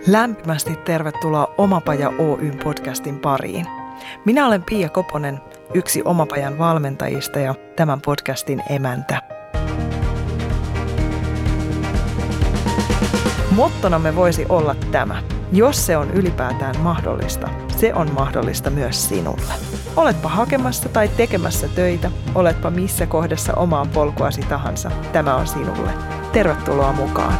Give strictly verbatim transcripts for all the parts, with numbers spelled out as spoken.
Lämpimästi tervetuloa Omapaja Oyn podcastin pariin. Minä olen Pia Koponen, yksi Omapajan valmentajista ja tämän podcastin emäntä. Mottonamme voisi olla tämä. Jos se on ylipäätään mahdollista, se on mahdollista myös sinulle. Oletpa hakemassa tai tekemässä töitä, oletpa missä kohdassa omaa polkuasi tahansa, tämä on sinulle. Tervetuloa mukaan.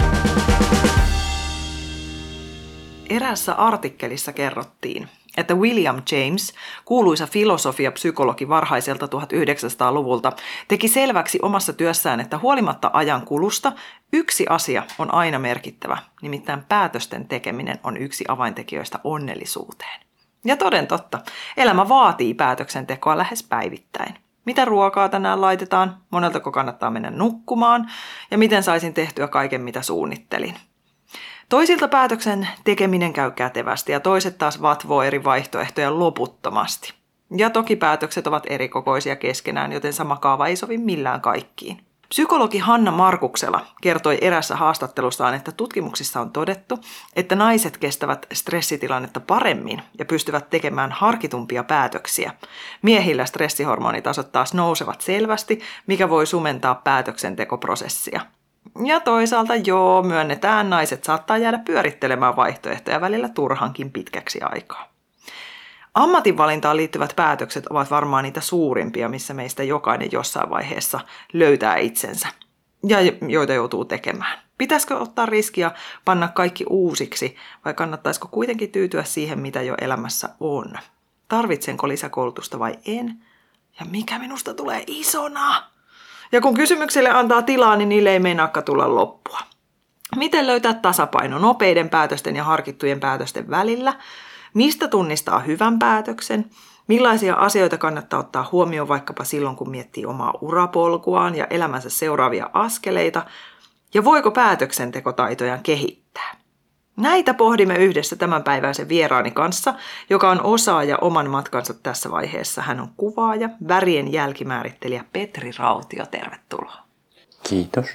Eräässä artikkelissa kerrottiin, että William James, kuuluisa filosofia-psykologi varhaiselta tuhatyhdeksänsataaluvulta, teki selväksi omassa työssään, että huolimatta ajan kulusta yksi asia on aina merkittävä, nimittäin päätösten tekeminen on yksi avaintekijöistä onnellisuuteen. Ja toden totta, elämä vaatii päätöksentekoa lähes päivittäin. Mitä ruokaa tänään laitetaan, moneltako kannattaa mennä nukkumaan ja miten saisin tehtyä kaiken mitä suunnittelin. Toisilta päätöksen tekeminen käy kätevästi ja toiset taas vatvoo eri vaihtoehtoja loputtomasti. Ja toki päätökset ovat erikokoisia keskenään, joten sama kaava ei sovi millään kaikkiin. Psykologi Hanna Markuksela kertoi erässä haastattelussaan, että tutkimuksissa on todettu, että naiset kestävät stressitilannetta paremmin ja pystyvät tekemään harkitumpia päätöksiä. Miehillä stressihormonitasot taas nousevat selvästi, mikä voi sumentaa päätöksentekoprosessia. Ja toisaalta joo, myönnetään, naiset saattaa jäädä pyörittelemään vaihtoehtoja välillä turhankin pitkäksi aikaa. Ammatinvalintaan liittyvät päätökset ovat varmaan niitä suurimpia, missä meistä jokainen jossain vaiheessa löytää itsensä ja joita joutuu tekemään. Pitäisikö ottaa riskiä panna kaikki uusiksi vai kannattaisiko kuitenkin tyytyä siihen, mitä jo elämässä on? Tarvitsenko lisäkoulutusta vai en? Ja mikä minusta tulee isona? Ja kun kysymyksille antaa tilaa, niin niille ei meinaakaan tulla loppua. Miten löytää tasapaino nopeiden päätösten ja harkittujen päätösten välillä? Mistä tunnistaa hyvän päätöksen? Millaisia asioita kannattaa ottaa huomioon vaikkapa silloin, kun miettii omaa urapolkuaan ja elämänsä seuraavia askeleita? Ja voiko päätöksentekotaitojaan kehittää? Näitä pohdimme yhdessä tämänpäiväisen vieraani kanssa, joka on osaaja oman matkansa tässä vaiheessa. Hän on kuvaaja, värien jälkimäärittelijä Petri Rautio. Tervetuloa. Kiitos.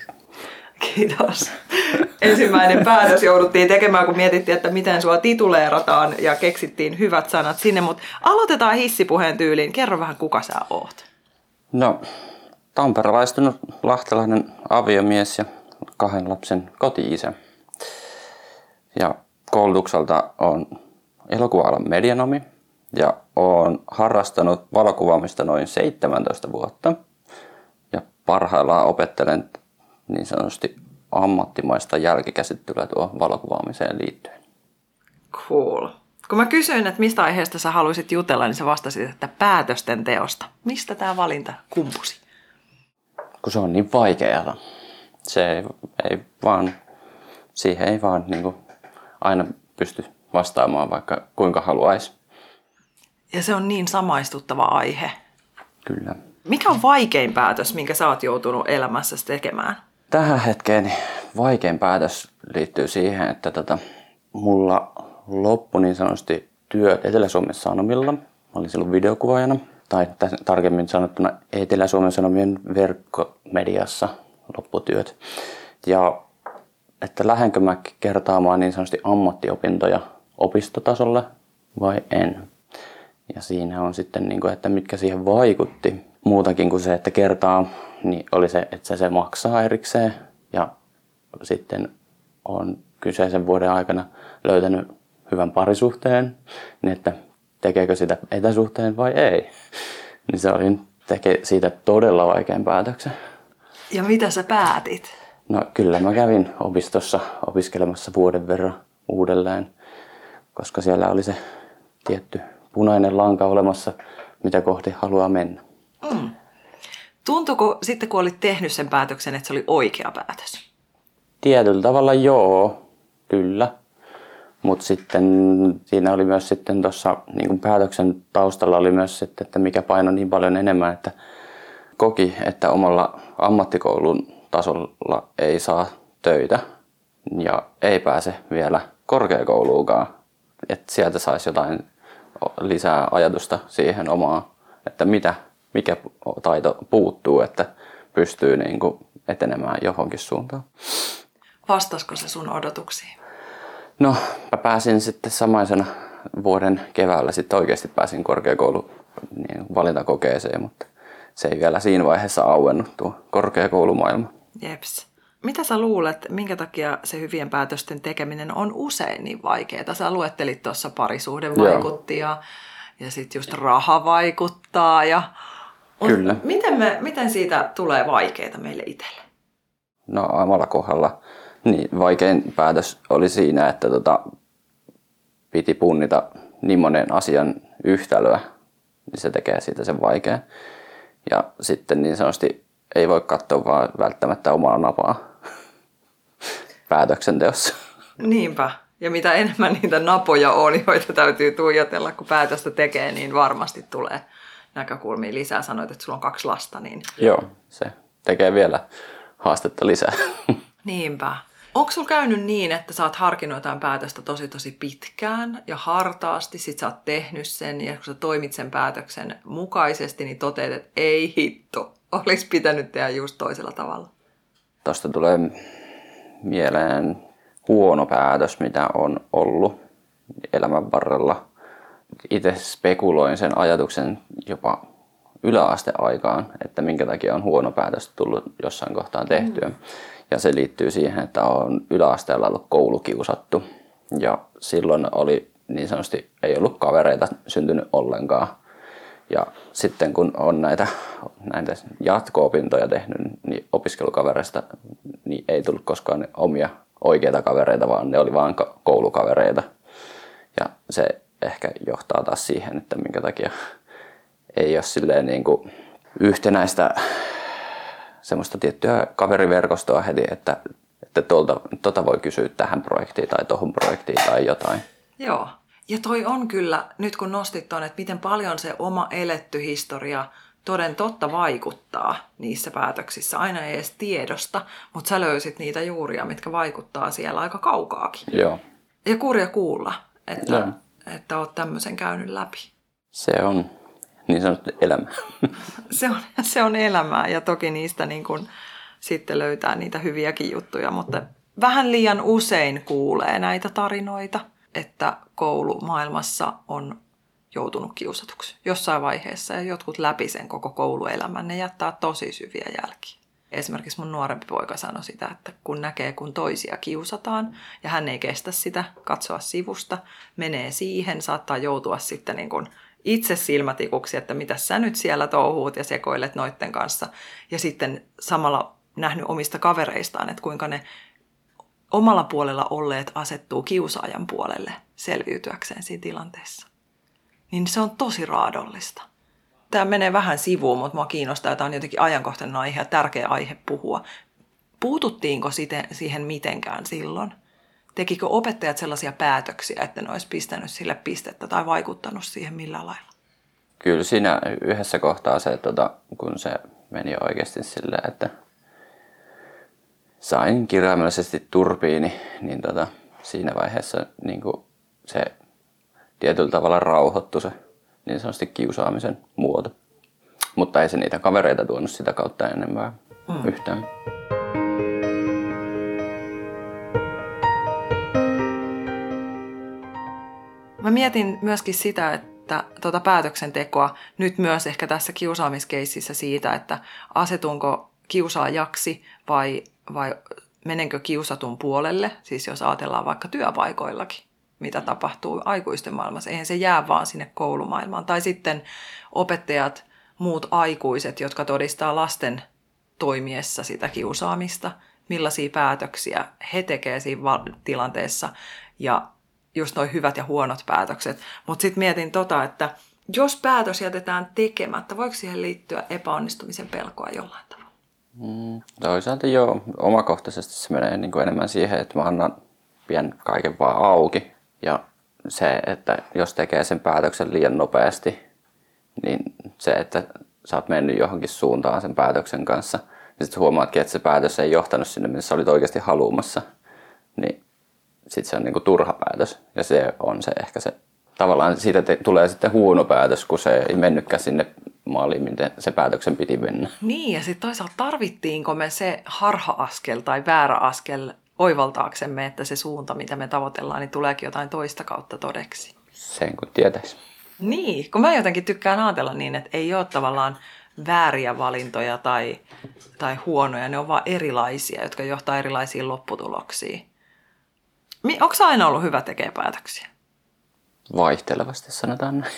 Kiitos. Ensimmäinen päätös jouduttiin tekemään, kun mietittiin, että miten sua tituleerataan ja keksittiin hyvät sanat sinne. Mutta aloitetaan hissipuheen tyyliin. Kerro vähän, kuka sä oot. No, tamperelaistunut lahtelainen aviomies ja kahden lapsen koti-isä. Ja koulutukselta on elokuva-alan medianomi ja olen harrastanut valokuvaamista noin seitsemäntoista vuotta. Ja parhaillaan opettelen niin sanotusti ammattimaista jälkikäsittelyä tuohon valokuvaamiseen liittyen. Cool. Kun mä kysyin, että mistä aiheesta sä haluaisit jutella, niin sä vastasit, että päätösten teosta. Mistä tämä valinta kumpusi? Kun se on niin vaikeaa. Se ei, ei vaan, siihen ei vaan niin kuin aina pysty vastaamaan, vaikka kuinka haluaisi. Ja se on niin samaistuttava aihe. Kyllä. Mikä on vaikein päätös, minkä sä oot joutunut elämässäsi tekemään? Tähän hetkeen vaikein päätös liittyy siihen, että tota, mulla loppui niin sanotusti työt Etelä-Suomen Sanomilla. Mä olin silloin videokuvaajana, tai tarkemmin sanottuna Etelä-Suomen Sanomien verkkomediassa lopputyöt. Ja että lähdenkö mä kertaamaan niin sanotusti ammattiopintoja opistotasolle vai en. Ja siinä on sitten, niin kuin, että mitkä siihen vaikutti. Muutakin kuin se, että kertaa, niin oli se, että se maksaa erikseen. Ja sitten on kyseisen vuoden aikana löytänyt hyvän parisuhteen, niin että tekeekö sitä etäsuhteen vai ei. Niin se oli teke siitä todella vaikean päätöksen. Ja mitä sä päätit? No kyllä mä kävin opistossa opiskelemassa vuoden verran uudelleen, koska siellä oli se tietty punainen lanka olemassa, mitä kohti haluaa mennä. Mm. Tuntuuko sitten, kun olit tehnyt sen päätöksen, että se oli oikea päätös? Tietyllä tavalla joo, kyllä. Mutta sitten siinä oli myös sitten tuossa niin päätöksen taustalla oli myös sitten, että mikä paino niin paljon enemmän, että koki, että omalla ammattikoulun tasolla ei saa töitä ja ei pääse vielä korkeakouluunkaan. Että sieltä saisi jotain lisää ajatusta siihen omaan, että mitä, mikä taito puuttuu, että pystyy niin kuin etenemään johonkin suuntaan. Vastasiko se sun odotuksiin? No, mä pääsin sitten samaisena vuoden keväällä sitten oikeasti pääsin korkeakoulu niin valintakokeeseen, mutta se ei vielä siinä vaiheessa auennut tuo korkeakoulumaailma. Jeps. Mitä sä luulet, minkä takia se hyvien päätösten tekeminen on usein niin vaikeaa? Sä luettelit tuossa parisuhde vaikutti ja, ja sitten just raha vaikuttaa. Ja... Kyllä. Miten, me, miten siitä tulee vaikeaa meille itselle? No omalla kohdalla niin vaikein päätös oli siinä, että tota, piti punnita niin monen asian yhtälöä, niin se tekee siitä sen vaikean. Ja sitten niin sanotusti ei voi katsoa vaan välttämättä omaa napaa päätöksenteossa. Niinpä. Ja mitä enemmän niitä napoja on, joita täytyy tuijotella, kun päätöstä tekee, niin varmasti tulee näkökulmia lisää. Sanoit, että sulla on kaksi lasta. Niin... Joo, se tekee vielä haastetta lisää. Niinpä. Onko sulla käynyt niin, että sä oot harkinnut jotain päätöstä tosi tosi pitkään ja hartaasti, sit sä oot tehnyt sen ja kun sä toimit sen päätöksen mukaisesti, niin toteat, että ei hitto, olisi pitänyt tehdä just toisella tavalla? Tuosta tulee mieleen huono päätös, mitä on ollut elämän varrella. Itse spekuloin sen ajatuksen jopa yläasteaikaan, että minkä takia on huono päätös tullut jossain kohtaan tehtyä. Mm. Ja se liittyy siihen, että on yläasteella ollut koulukiusattu. Ja silloin oli niin sanotusti, ei ollut kavereita syntynyt ollenkaan. Ja sitten kun on näitä, näitä jatko-opintoja tehnyt, niin opiskelukavereista niin ei tullut koskaan omia oikeita kavereita, vaan ne oli vain koulukavereita. Ja se ehkä johtaa taas siihen, että minkä takia ei ole silleen niin kuin yhtenäistä semmoista tiettyä kaveriverkostoa heti, että, että tuolta, tuota voi kysyä tähän projektiin tai tohon projektiin tai jotain. Joo. Ja toi on kyllä, nyt kun nostit tuon, että miten paljon se oma eletty historia toden totta vaikuttaa niissä päätöksissä. Aina ei edes tiedosta, mutta sä löysit niitä juuria, mitkä vaikuttaa siellä aika kaukaakin. Joo. Ja kurja kuulla, että, että oot tämmöisen käynyt läpi. Se on niin sanottu elämä. Se on, se on elämää ja toki niistä niin kun sitten löytää niitä hyviäkin juttuja, mutta vähän liian usein kuulee näitä tarinoita, että koulumaailmassa on joutunut kiusatuksi jossain vaiheessa ja jotkut läpi sen koko kouluelämän, ne jättää tosi syviä jälkiä. Esimerkiksi mun nuorempi poika sanoi sitä, että kun näkee, kun toisia kiusataan ja hän ei kestä sitä, katsoa sivusta, menee siihen, saattaa joutua sitten niin kuin itse silmätikuksi, että mitä sä nyt siellä touhuut ja sekoilet noitten kanssa. Ja sitten samalla nähnyt omista kavereistaan, että kuinka ne omalla puolella olleet asettuu kiusaajan puolelle selviytyäkseen siinä tilanteessa. Niin se on tosi raadollista. Tämä menee vähän sivuun, mutta mua kiinnostaa, että tämä on jotenkin ajankohtainen aihe ja tärkeä aihe puhua. Puututtiinko siihen mitenkään silloin? Tekikö opettajat sellaisia päätöksiä, että ne olisi pistänyt sille pistettä tai vaikuttanut siihen millään lailla? Kyllä siinä yhdessä kohtaa se, tuota, kun se meni oikeasti silleen, että sain kirjaimellisesti turpiini, niin tota, siinä vaiheessa niin kuin se tietyllä tavalla rauhoittui se niin sanotusti kiusaamisen muoto. Mutta ei se niitä kavereita tuonut sitä kautta enemmän mm. yhtään. Mä mietin myöskin sitä, että tuota päätöksentekoa nyt myös ehkä tässä kiusaamiskeississä siitä, että asetunko kiusaajaksi vai, vai menenkö kiusatun puolelle, siis jos ajatellaan vaikka työpaikoillakin, mitä tapahtuu aikuisten maailmassa. Eihän se jää vaan sinne koulumaailmaan. Tai sitten opettajat, muut aikuiset, jotka todistaa lasten toimiessa sitä kiusaamista, millaisia päätöksiä he tekevät siinä tilanteessa ja just nuo hyvät ja huonot päätökset. Mutta sitten mietin tota, että jos päätös jätetään tekemättä, voiko siihen liittyä epäonnistumisen pelkoa jollain tavalla? Mm, toisaalta joo. Omakohtaisesti se menee niin kuin enemmän siihen, että mä annan pien kaiken vaan auki. Ja se, että jos tekee sen päätöksen liian nopeasti, niin se, että sä oot mennyt johonkin suuntaan sen päätöksen kanssa, ja sitten huomaatkin, että se päätös ei johtanut sinne, missä sä olit oikeasti haluamassa, niin sitten se on niinku turha päätös. Ja se on se ehkä se, tavallaan siitä te, tulee sitten huono päätös, kun se ei mennytkään sinne maaliin, miten se päätöksen piti mennä. Niin, ja sitten toisaalta tarvittiinko me se harha-askel tai väärä askel oivaltaaksemme, että se suunta, mitä me tavoitellaan, niin tuleekin jotain toista kautta todeksi. Sen kun tietäisi. Niin, kun mä jotenkin tykkään ajatella niin, että ei ole tavallaan vääriä valintoja tai, tai huonoja, ne on vaan erilaisia, jotka johtaa erilaisiin lopputuloksiin. Onko sä aina ollut hyvä tekemään päätöksiä? Vaihtelevasti sanotaan näin.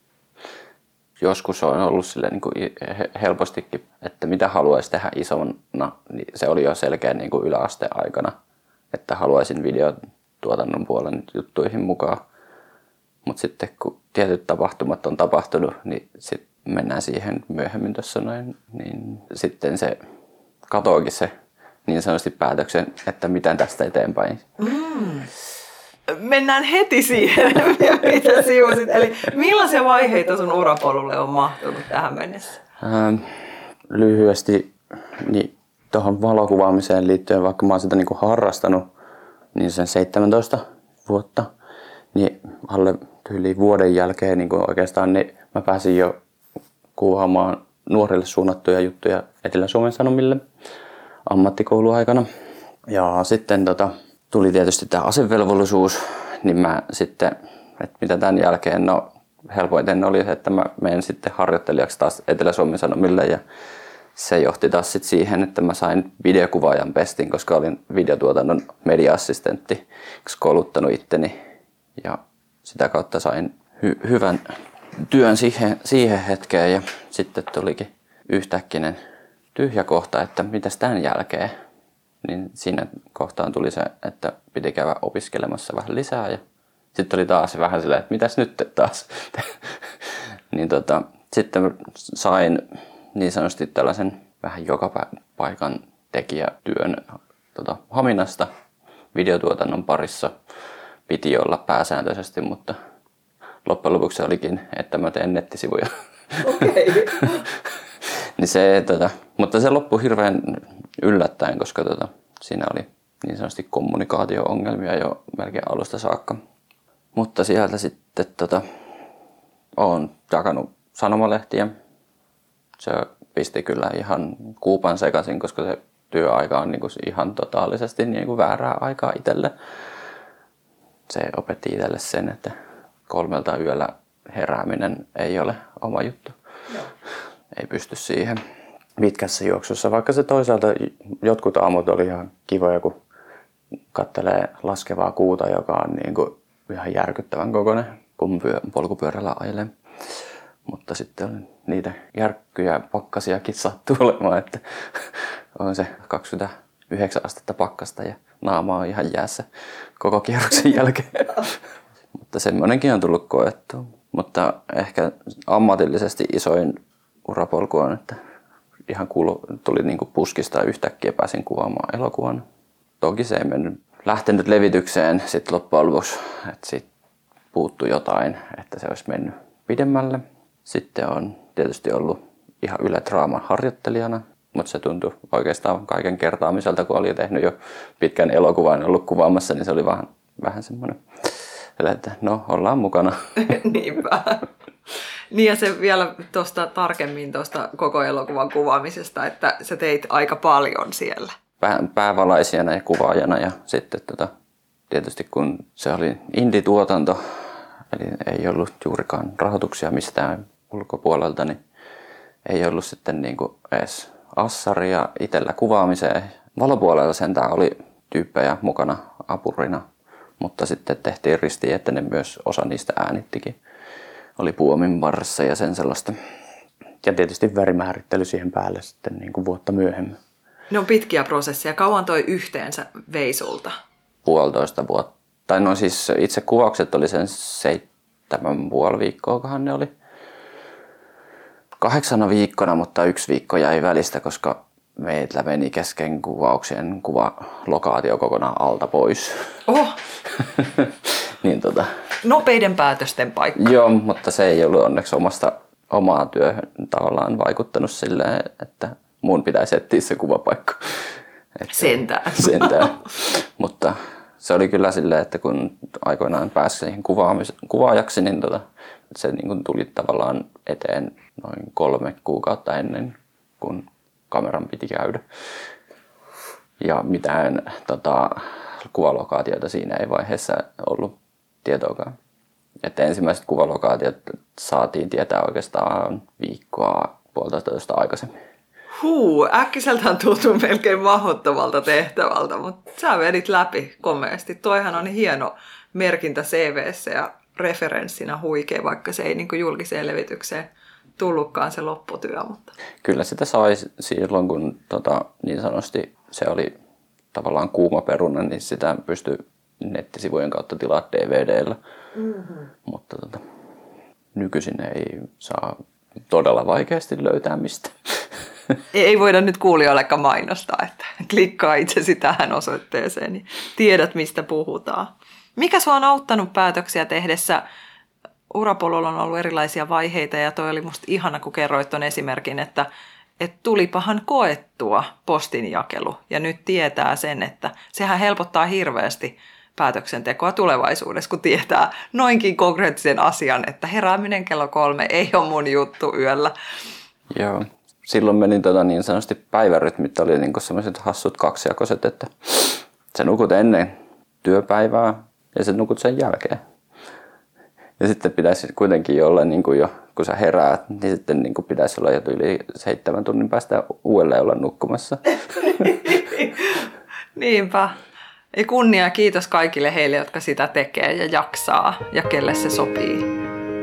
Joskus on ollut silleen niin kuin helpostikin, että mitä haluaisi tehdä isona, niin se oli jo selkeä niin kuin yläasteen aikana, että haluaisin videotuotannon puolen juttuihin mukaan. Mutta sitten kun tietyt tapahtumat on tapahtunut, niin sitten mennään siihen myöhemmin tuossa noin, niin sitten se katoakin se niin sanotusti päätöksen, että miten tästä eteenpäin. Mm. Mennään heti siihen, mitä sivusit. Eli millaisia vaiheita sun urapolulle on mahtunut tähän mennessä? Ähm, lyhyesti niin tuohon valokuvaamiseen liittyen, vaikka mä oon sitä niinku harrastanut niin sen seitsemäntoista vuotta, niin alle yli vuoden jälkeen niin oikeastaan niin mä pääsin jo kuvaamaan nuorille suunnattuja juttuja Etelä-Suomen Sanomille ammattikouluaikana. Ja sitten tota, tuli tietysti tämä asevelvollisuus, niin mä sitten, että mitä tämän jälkeen, no helpoiten oli se, että mä menen sitten harjoittelijaksi taas Etelä-Suomen Sanomille ja se johti taas sitten siihen, että mä sain videokuvaajan pestin, koska olin videotuotannon media-assistentti, kouluttanut itteni ja sitä kautta sain hy- hyvän työn siihen, siihen hetkeen ja sitten tulikin yhtäkkinen tyhjä kohta, että mitäs tämän jälkeen. Niin siinä kohtaan tuli se, että piti käydä opiskelemassa vähän lisää ja sitten oli taas vähän silleen, että mitäs nyt taas. niin tota, sitten sain niin sanotusti tällaisen vähän joka paikan tekijätyön tota, Haminasta videotuotannon parissa. Piti olla pääsääntöisesti, mutta loppujen lopuksi olikin, että mä teen nettisivuja. Okei. Okay. niin se, tota, mutta se loppui hirveän yllättäen, koska tota, siinä oli niin sanotusti kommunikaatio-ongelmia jo melkein alusta saakka. Mutta sieltä sitten tota, olen jakanut sanomalehtiä. Se pisti kyllä ihan kuupan sekaisin, koska se työaika on niinku ihan totaalisesti niinku väärää aikaa itselle. Se opetti itselle sen, että kolmelta yöllä herääminen ei ole oma juttu. No. Ei pysty siihen pitkässä juoksussa, vaikka se toisaalta jotkut aamut oli ihan kivoja, kun katselee laskevaa kuuta, joka on niin kuin ihan järkyttävän kokoinen, kun polkupyörällä ajelee. Mutta sitten niitä järkkyjä pakkasiakin sattuu olemaan, että on se kaksikymmentäyhdeksän astetta pakkasta ja naama on ihan jäässä koko kierroksen jälkeen. Mutta semmoinenkin on tullut koettua. Mutta ehkä ammatillisesti isoin urapolku on, että ihan kuulu, tuli niinku puskista yhtäkkiä pääsin kuvaamaan elokuvan. Toki se ei mennyt, lähtenyt levitykseen sit loppujen lopuksi, että siitä puuttui jotain, että se olisi mennyt pidemmälle. Sitten on tietysti ollut ihan Yle Draaman harjoittelijana, mutta se tuntui oikeastaan kaiken kertaamiselta, kun oli tehnyt jo pitkän elokuvan ja ollut kuvaamassa, niin se oli vähän, vähän semmoinen, että no ollaan mukana. Niinpä. Niin ja se vielä tuosta tarkemmin tuosta koko elokuvan kuvaamisesta, että sä teit aika paljon siellä. Pää, päävalaisijana ja kuvaajana ja sitten tota, tietysti kun se oli indie-tuotanto, eli ei ollut juurikaan rahoituksia mistään ulkopuolelta, niin ei ollut sitten niinku edes assaria itsellä kuvaamiseen. Valopuolella sentään oli tyyppejä mukana apurina, mutta sitten tehtiin ristiin, että ne myös osa niistä äänittikin. Oli puomin varressa ja sen sellaista. Ja tietysti värimäärittely siihen päälle sitten niin kuin vuotta myöhemmin. Ne on pitkiä prosesseja. Kauan toi yhteensä vei sulta? Puolitoista vuotta. Tai no siis itse kuvaukset oli sen seitsemän puoli viikkoakohan ne oli. Kahdeksana viikkona, mutta yksi viikko jäi välistä, koska meillä meni kesken kuvauksien kuvalokaatio kokonaan alta pois. Oh. niin tota. Nopeiden päätösten paikka. Joo, mutta se ei ollut onneksi omasta omaa työhön tavallaan vaikuttanut silleen, että mun pitäisi etsiä se kuvapaikka. Että, sentään. Sentään. Mutta se oli kyllä silleen, että kun aikoinaan pääsi siihen kuvaajaksi, niin tota, se niin kuin tuli tavallaan eteen noin kolme kuukautta ennen, kun kameran piti käydä. Ja mitään tota, kuvalokaatioita siinä ei vaiheessa ollut tietoakaan. Että ensimmäiset kuvalokaatiot saatiin tietää oikeastaan viikkoa puolitoista aikaisemmin. Huu, äkkiseltään tuntuu melkein mahdottomalta tehtävältä, mutta sä vedit läpi komeasti. Toihan on hieno merkintä C V:ssä ja referenssinä huikea, vaikka se ei niin kuin julkiseen levitykseen tullutkaan se lopputyö. Mutta... Kyllä sitä sai silloin, kun tota, niin sanotusti se oli tavallaan kuuma peruna, niin sitä pystyi nettisivujen kautta tilaa D V D:llä. Mm-hmm. Mutta tota, nykyisin ei saa todella vaikeasti löytää mistä. Ei voida nyt kuulijoillekaan mainostaa, että klikkaa itsesi tähän osoitteeseen, niin tiedät mistä puhutaan. Mikä sua on auttanut päätöksiä tehdessä? Urapolulla on ollut erilaisia vaiheita ja toi oli musta ihana, kun kerroit ton esimerkin, että, että tulipahan koettua postinjakelu ja nyt tietää sen, että sehän helpottaa hirveästi päätöksentekoa tulevaisuudessa, kun tietää noinkin konkreettisen asian, että herääminen kello kolme ei ole mun juttu yöllä. Joo. Silloin menin tota niin sanotusti päivärytmit oli niinku sellaiset hassut kaksijakoiset, että sä nukut ennen työpäivää ja sä nukut sen jälkeen. Ja sitten pitäisi kuitenkin olla, niin kuin jo, kun sä heräät, niin sitten niin kuin pitäisi olla jo yli seitsemän tunnin päästä uudelleen olla nukkumassa. Niinpä. Ja kunnia ja kiitos kaikille heille, jotka sitä tekee ja jaksaa ja kelle se sopii.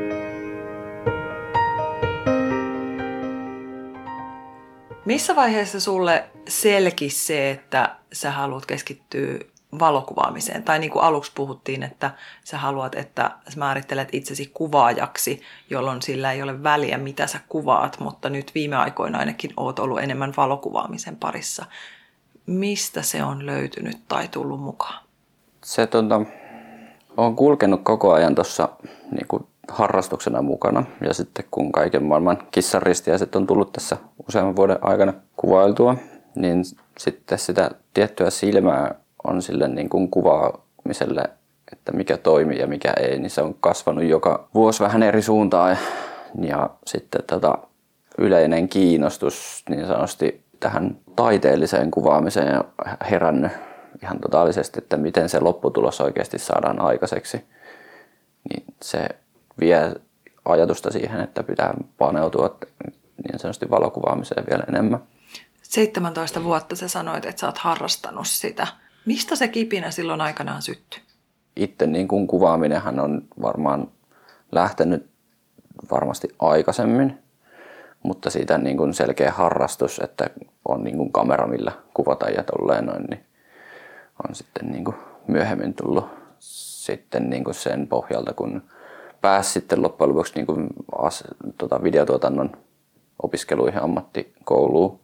Missä vaiheessa sulle selkisi se, että sä haluat keskittyä valokuvaamiseen? Tai niin kuin aluksi puhuttiin, että sä haluat, että sä määrittelet itsesi kuvaajaksi, jolloin sillä ei ole väliä, mitä sä kuvaat, mutta nyt viime aikoina ainakin oot ollut enemmän valokuvaamisen parissa. Mistä se on löytynyt tai tullut mukaan? Se tota, on kulkenut koko ajan tuossa niin kuin harrastuksena mukana. Ja sitten kun kaiken maailman kissaristiäiset on tullut tässä useamman vuoden aikana kuvailtua, niin sitten sitä tiettyä silmää on sille niin kuin kuvaamiselle, että mikä toimii ja mikä ei, niin se on kasvanut joka vuosi vähän eri suuntaan. Ja sitten tota, yleinen kiinnostus niin sanotusti tähän taiteelliseen kuvaamiseen on herännyt ihan totaalisesti, että miten se lopputulos oikeasti saadaan aikaiseksi. Niin se vie ajatusta siihen, että pitää paneutua niin sanotusti valokuvaamiseen vielä enemmän. seitsemäntoista vuotta sä sanoit, että sä oot harrastanut sitä. Mistä se kipinä silloin aikanaan syttyi? Itse niin kuin kuvaaminenhan on varmaan lähtenyt varmasti aikaisemmin, mutta siitä niin kuin selkeä harrastus, että on niin kuin kamera, millä kuvata ja tolleen noin, niin on sitten niin kuin myöhemmin tullut sitten niin kuin sen pohjalta, kun pääsi sitten loppujen lopuksi niin kuin as, tota videotuotannon opiskeluihin ammattikouluun,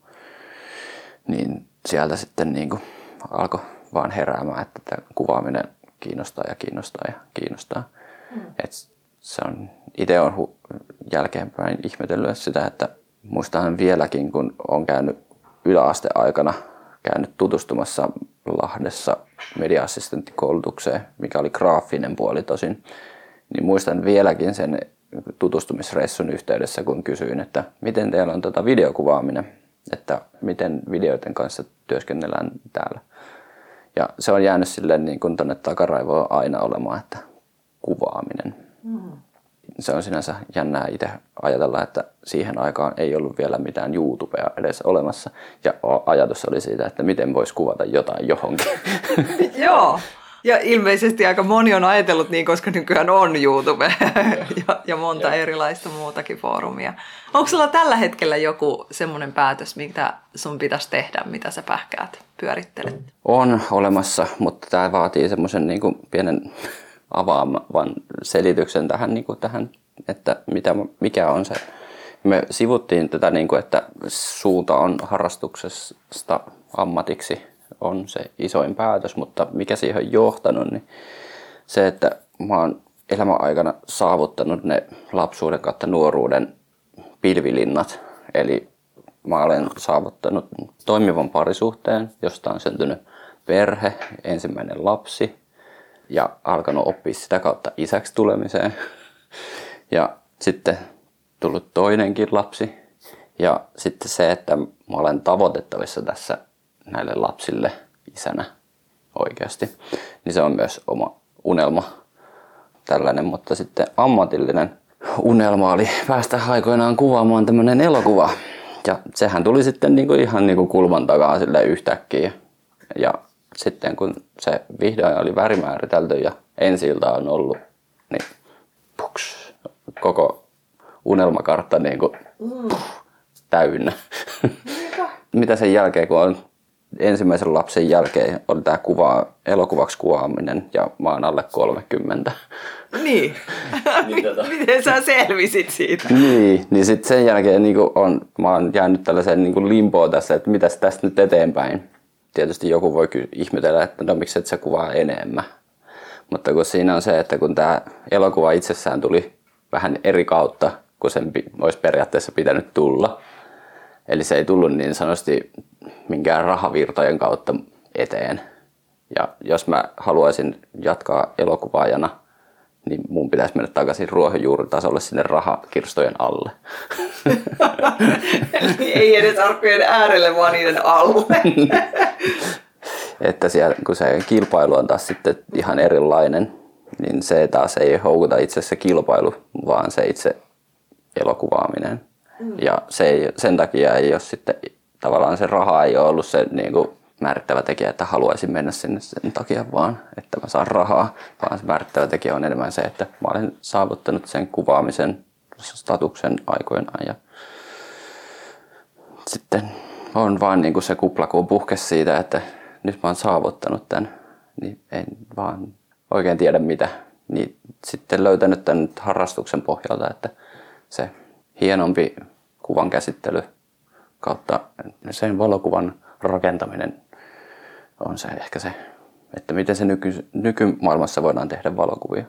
niin sieltä sitten niin kuin alkoi vaan heräämään, että tämä kuvaaminen kiinnostaa ja kiinnostaa ja kiinnostaa. Mm. Et se on, itse olen hu- jälkeenpäin ihmetellyt sitä, että muistan vieläkin, kun olen käynyt yläasteaikana käynyt tutustumassa Lahdessa media-assistenttikoulutukseen, mikä oli graafinen puoli tosin, niin muistan vieläkin sen tutustumisreissun yhteydessä, kun kysyin, että miten teillä on tota videokuvaaminen, että miten videoiden kanssa työskennellään täällä. Ja se on jäänyt silleen niin kuin tuonne takaraivoon aina olemaan, että kuvaaminen. Mm. Se on sinänsä jännää itse ajatella, että siihen aikaan ei ollut vielä mitään YouTubea edes olemassa. Ja ajatus oli siitä, että miten voisi kuvata jotain johonkin. Joo. Ja ilmeisesti aika moni on ajatellut niin, koska nykyään on YouTube ja, ja monta Joo. erilaista muutakin foorumia. Onko sulla tällä hetkellä joku semmoinen päätös, mitä sun pitäisi tehdä, mitä sä pähkäät, pyörittelet? On olemassa, mutta tämä vaatii semmoisen niin kuin pienen avaavan selityksen tähän, niin kuin tähän, että mitä, mikä on se. Me sivuttiin tätä, niin kuin, että suunta on harrastuksesta ammatiksi. On se isoin päätös, mutta mikä siihen on johtanut, niin se, että mä oon elämän aikana saavuttanut ne lapsuuden kautta nuoruuden pilvilinnat. Eli mä olen saavuttanut toimivan parisuhteen, josta on syntynyt perhe, ensimmäinen lapsi ja alkanut oppia sitä kautta isäksi tulemiseen. Ja sitten tullut toinenkin lapsi ja sitten se, että mä olen tavoitettavissa tässä näille lapsille isänä oikeasti. Niin se on myös oma unelma tällainen, mutta sitten ammatillinen unelma oli päästä aikoinaan kuvaamaan tämmöinen elokuva. Ja sehän tuli sitten niinku ihan niinku kulman takaa sille yhtäkkiä. Ja sitten kun se vihdoin oli värimääritelty ja ensi-ilta on ollut, niin puks, koko unelmakartta niinku, puh, täynnä. Mitä sen jälkeen, kun on ensimmäisen lapsen jälkeen, oli tämä kuva, elokuvaksi kuvaaminen ja mä oon alle kolmekymmentä. Niin. niin tota. Miten sä selvisit siitä? Niin, niin sitten sen jälkeen niin on, mä oon jäänyt tällaiseen niin limboon tässä, että mitäs tästä nyt eteenpäin. Tietysti joku voi ihmetellä, että no miksi et sä kuvaa enemmän. Mutta kun siinä on se, että kun tämä elokuva itsessään tuli vähän eri kautta, kun sen olisi periaatteessa pitänyt tulla. Eli se ei tullut niin sanotusti minkään rahavirtojen kautta eteen. Ja jos mä haluaisin jatkaa elokuvaajana, niin mun pitäisi mennä takaisin ruohonjuuritasolle sinne rahakirstojen alle. Eli ei edes arkkujen äärelle, vaan niiden alle. Että siellä, kun se kilpailu on taas sitten ihan erilainen, niin se taas ei houkuta itse se kilpailu, vaan se itse elokuvaaminen. Mm. Ja se ei, sen takia ei ole sitten, tavallaan se raha ei ole ollut se niin kuin määrittävä tekijä, että haluaisin mennä sinne sen takia vaan, että mä saan rahaa, vaan se määrittävä tekijä on enemmän se, että mä olen saavuttanut sen kuvaamisen statuksen aikoinaan ja sitten on vaan niin kuin se kupla, kun puhkesi siitä, että nyt mä oon saavuttanut tämän, niin en vaan oikein tiedä mitä. Niin sitten löytänyt tämän harrastuksen pohjalta, että se hienompi kuvan käsittely kautta sen valokuvan rakentaminen on se ehkä se, että miten se nyky, nykymaailmassa voidaan tehdä valokuvia.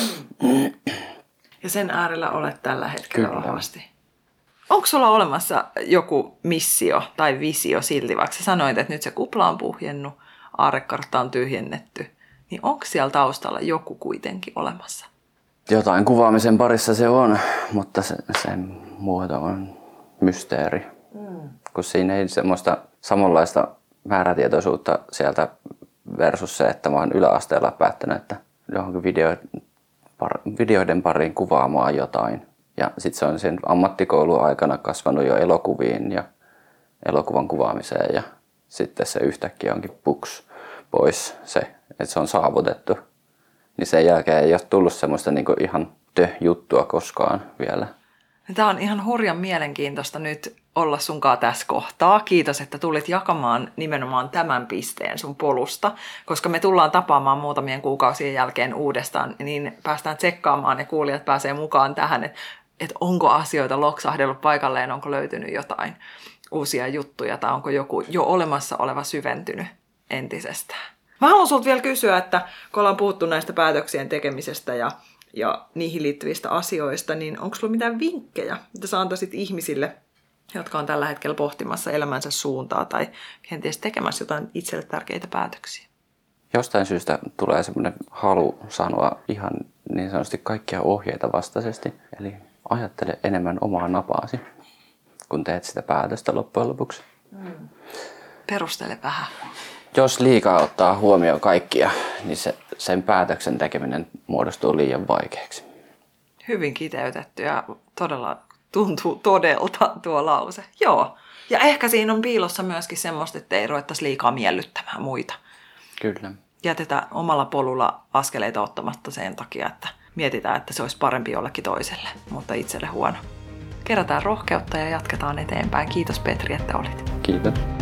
Ja sen äärellä olet tällä hetkellä Kyllä. vahvasti. Onko sulla olemassa joku missio tai visio silti, vaikka sä sanoit, että nyt se kupla on puhjennut, aarrekartta on tyhjennetty, niin onko siellä taustalla joku kuitenkin olemassa? Jotain kuvaamisen parissa se on, mutta se, sen muoto on mysteeri. Mm. Kun siinä ei semmoista samanlaista määrätietoisuutta sieltä versus se, että mä oon yläasteella päättänyt, että johonkin video, par, videoiden pariin kuvaamaan jotain. Ja sitten se on sen ammattikoulun aikana kasvanut jo elokuviin ja elokuvan kuvaamiseen ja sitten se yhtäkkiä onkin puks pois se, että se on saavutettu. Niin sen jälkeen ei ole tullut semmoista niinku ihan tö-juttua koskaan vielä. Tämä on ihan hurjan mielenkiintoista nyt olla sunkaan tässä kohtaa. Kiitos, että tulit jakamaan nimenomaan tämän pisteen sun polusta, koska me tullaan tapaamaan muutamien kuukausien jälkeen uudestaan, niin päästään tsekkaamaan ja kuulijat pääsee mukaan tähän, että, että onko asioita loksahdellut paikalleen, onko löytynyt jotain uusia juttuja tai onko joku jo olemassa oleva syventynyt entisestään. Mä haluan sulta vielä kysyä, että kun ollaan puhuttu näistä päätöksien tekemisestä ja, ja niihin liittyvistä asioista, niin onko sulla mitään vinkkejä, mitä sä antaisit ihmisille, jotka on tällä hetkellä pohtimassa elämänsä suuntaa tai kenties tekemässä jotain itselle tärkeitä päätöksiä? Jostain syystä tulee semmoinen halu sanoa ihan niin sanotusti kaikkia ohjeita vastaisesti. Eli ajattele enemmän omaa napaasi, kun teet sitä päätöstä loppujen lopuksi. Hmm. Perustele vähän. Jos liikaa ottaa huomioon kaikkia, niin se, sen päätöksen tekeminen muodostuu liian vaikeaksi. Hyvin kiteytetty ja todella tuntuu todelta tuo lause. Joo. Ja ehkä siinä on piilossa myöskin semmoista, että ei ruvettaisi liikaa miellyttämään muita. Kyllä. Jätetään omalla polulla askeleita ottamatta sen takia, että mietitään, että se olisi parempi jollekin toiselle, mutta itselle huono. Kerätään rohkeutta ja jatketaan eteenpäin. Kiitos Petri, että olit. Kiitos.